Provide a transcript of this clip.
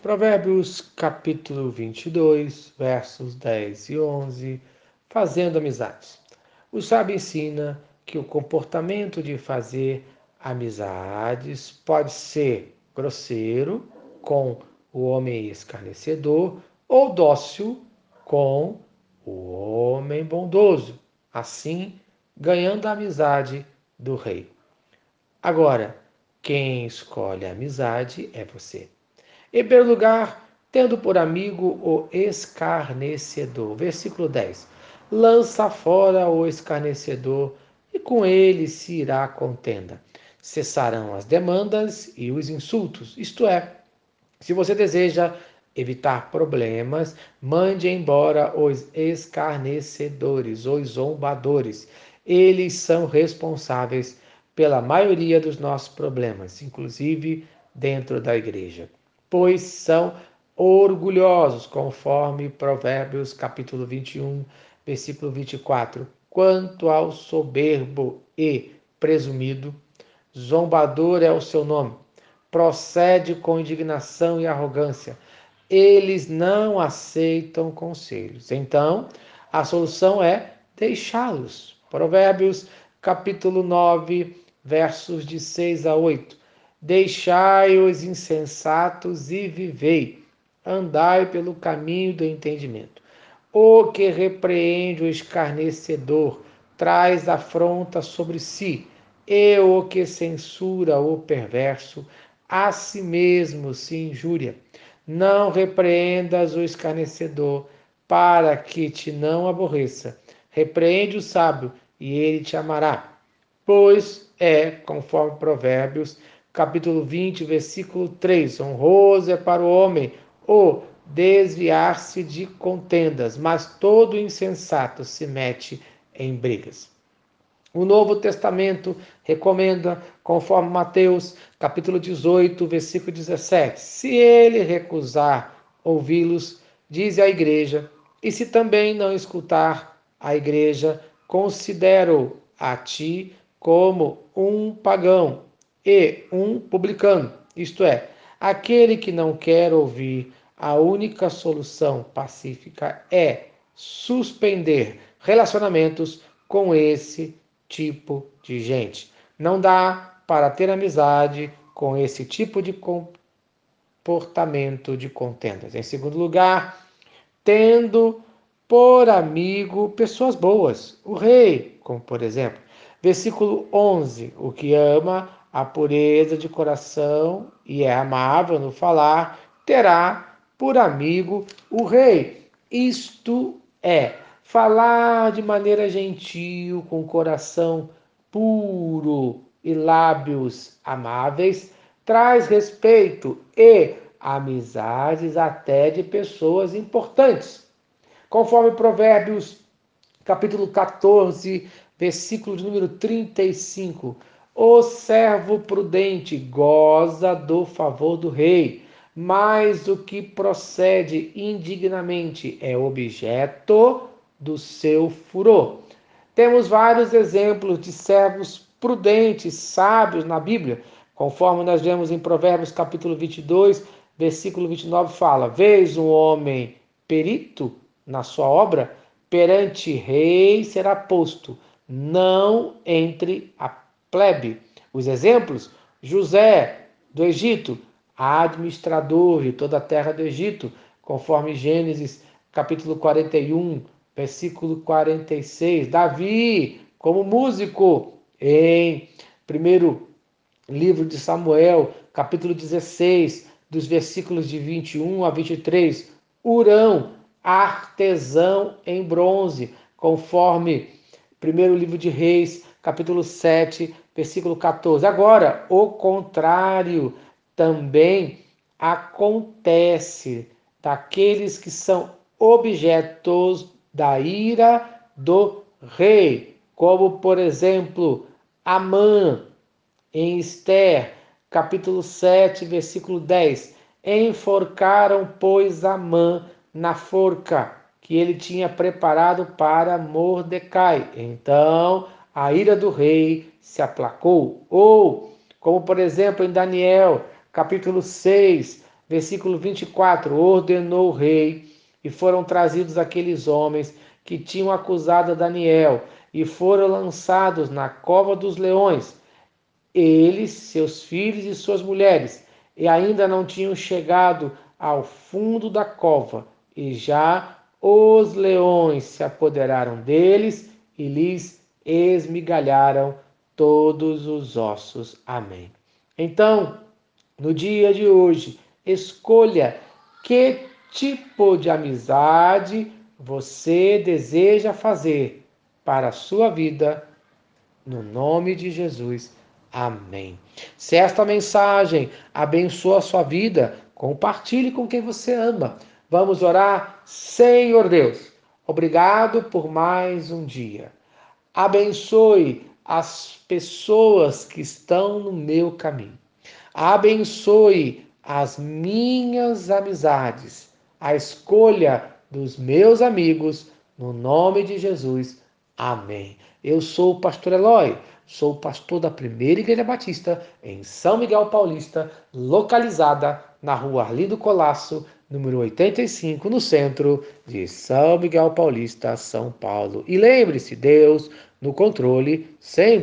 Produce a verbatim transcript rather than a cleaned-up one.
Provérbios capítulo vinte e dois, versos dez e onze, fazendo amizades. O sábio ensina que o comportamento de fazer amizades pode ser grosseiro, com o homem escarnecedor, ou dócil, com o homem bondoso, assim ganhando a amizade do rei. Agora, quem escolhe a amizade é você. Em primeiro lugar, tendo por amigo o escarnecedor. Versículo dez. Lança fora o escarnecedor, e com ele se irá a contenda. Cessarão as demandas e os insultos. Isto é, se você deseja evitar problemas, mande embora os escarnecedores, os zombadores. Eles são responsáveis pela maioria dos nossos problemas, inclusive dentro da igreja, pois são orgulhosos, conforme Provérbios capítulo vinte e um, versículo vinte e quatro. Quanto ao soberbo e presumido, zombador é o seu nome. Procede com indignação e arrogância. Eles não aceitam conselhos. Então, a solução é deixá-los. Provérbios capítulo nove, versos de seis a oito. Deixai os insensatos e vivei. Andai pelo caminho do entendimento. O que repreende o escarnecedor traz afronta sobre si, e o que censura o perverso a si mesmo se injúria. Não repreendas o escarnecedor, para que te não aborreça. Repreende o sábio, e ele te amará. Pois é, conforme Provérbios, capítulo vinte, versículo três, honroso é para o homem o desviar-se de contendas, mas todo insensato se mete em brigas. O Novo Testamento recomenda, conforme Mateus, capítulo dezoito, versículo dezessete, se ele recusar ouvi-los, diz a igreja, e se também não escutar a igreja, considero a ti como um pagão e um publicano, isto é, aquele que não quer ouvir. A única solução pacífica é suspender relacionamentos com esse tipo de gente. Não dá para ter amizade com esse tipo de comportamento de contendas. Em segundo lugar, tendo por amigo pessoas boas, o rei, como por exemplo, versículo onze, o que ama a pureza de coração e é amável no falar, terá por amigo o rei. Isto é, falar de maneira gentil, com coração puro e lábios amáveis, traz respeito e amizades até de pessoas importantes. Conforme Provérbios, capítulo quatorze, versículo de número trinta e cinco. O servo prudente goza do favor do rei, mas o que procede indignamente é objeto do seu furor. Temos vários exemplos de servos prudentes, sábios na Bíblia, conforme nós vemos em Provérbios capítulo vinte e dois, versículo vinte e nove, fala: vês um homem perito na sua obra, perante rei será posto, não entre a plebe. Os exemplos: José do Egito, administrador de toda a terra do Egito, conforme Gênesis capítulo quarenta e um, versículo quarenta e seis. Davi, como músico, em primeiro livro de Samuel, capítulo dezesseis, dos versículos de vinte e um a vinte e três. Urão, artesão em bronze, conforme primeiro livro de Reis, capítulo sete, versículo quatorze. Agora, o contrário também acontece daqueles que são objetos da ira do rei, como por exemplo, Amã, em Esther, capítulo sete, versículo dez. Enforcaram, pois, Amã na forca que ele tinha preparado para Mordecai. Então, a ira do rei se aplacou. Ou, como por exemplo, em Daniel, capítulo seis, Versículo vinte e quatro, ordenou o rei, e foram trazidos aqueles homens que tinham acusado Daniel, e foram lançados na cova dos leões, eles, seus filhos e suas mulheres, e ainda não tinham chegado ao fundo da cova, e já os leões se apoderaram deles e lhes esmigalharam todos os ossos. Amém. Então, no dia de hoje, escolha que tipo de amizade você deseja fazer para a sua vida, no nome de Jesus. Amém. Se esta mensagem abençoa a sua vida, compartilhe com quem você ama. Vamos orar. Senhor Deus, obrigado por mais um dia. Abençoe as pessoas que estão no meu caminho. Abençoe as minhas amizades, a escolha dos meus amigos, no nome de Jesus. Amém. Eu sou o pastor Eloy, sou pastor da Primeira Igreja Batista em São Miguel Paulista, localizada na rua Arlindo Colasso, número oitenta e cinco, no centro de São Miguel Paulista, São Paulo. E lembre-se, Deus no controle sempre.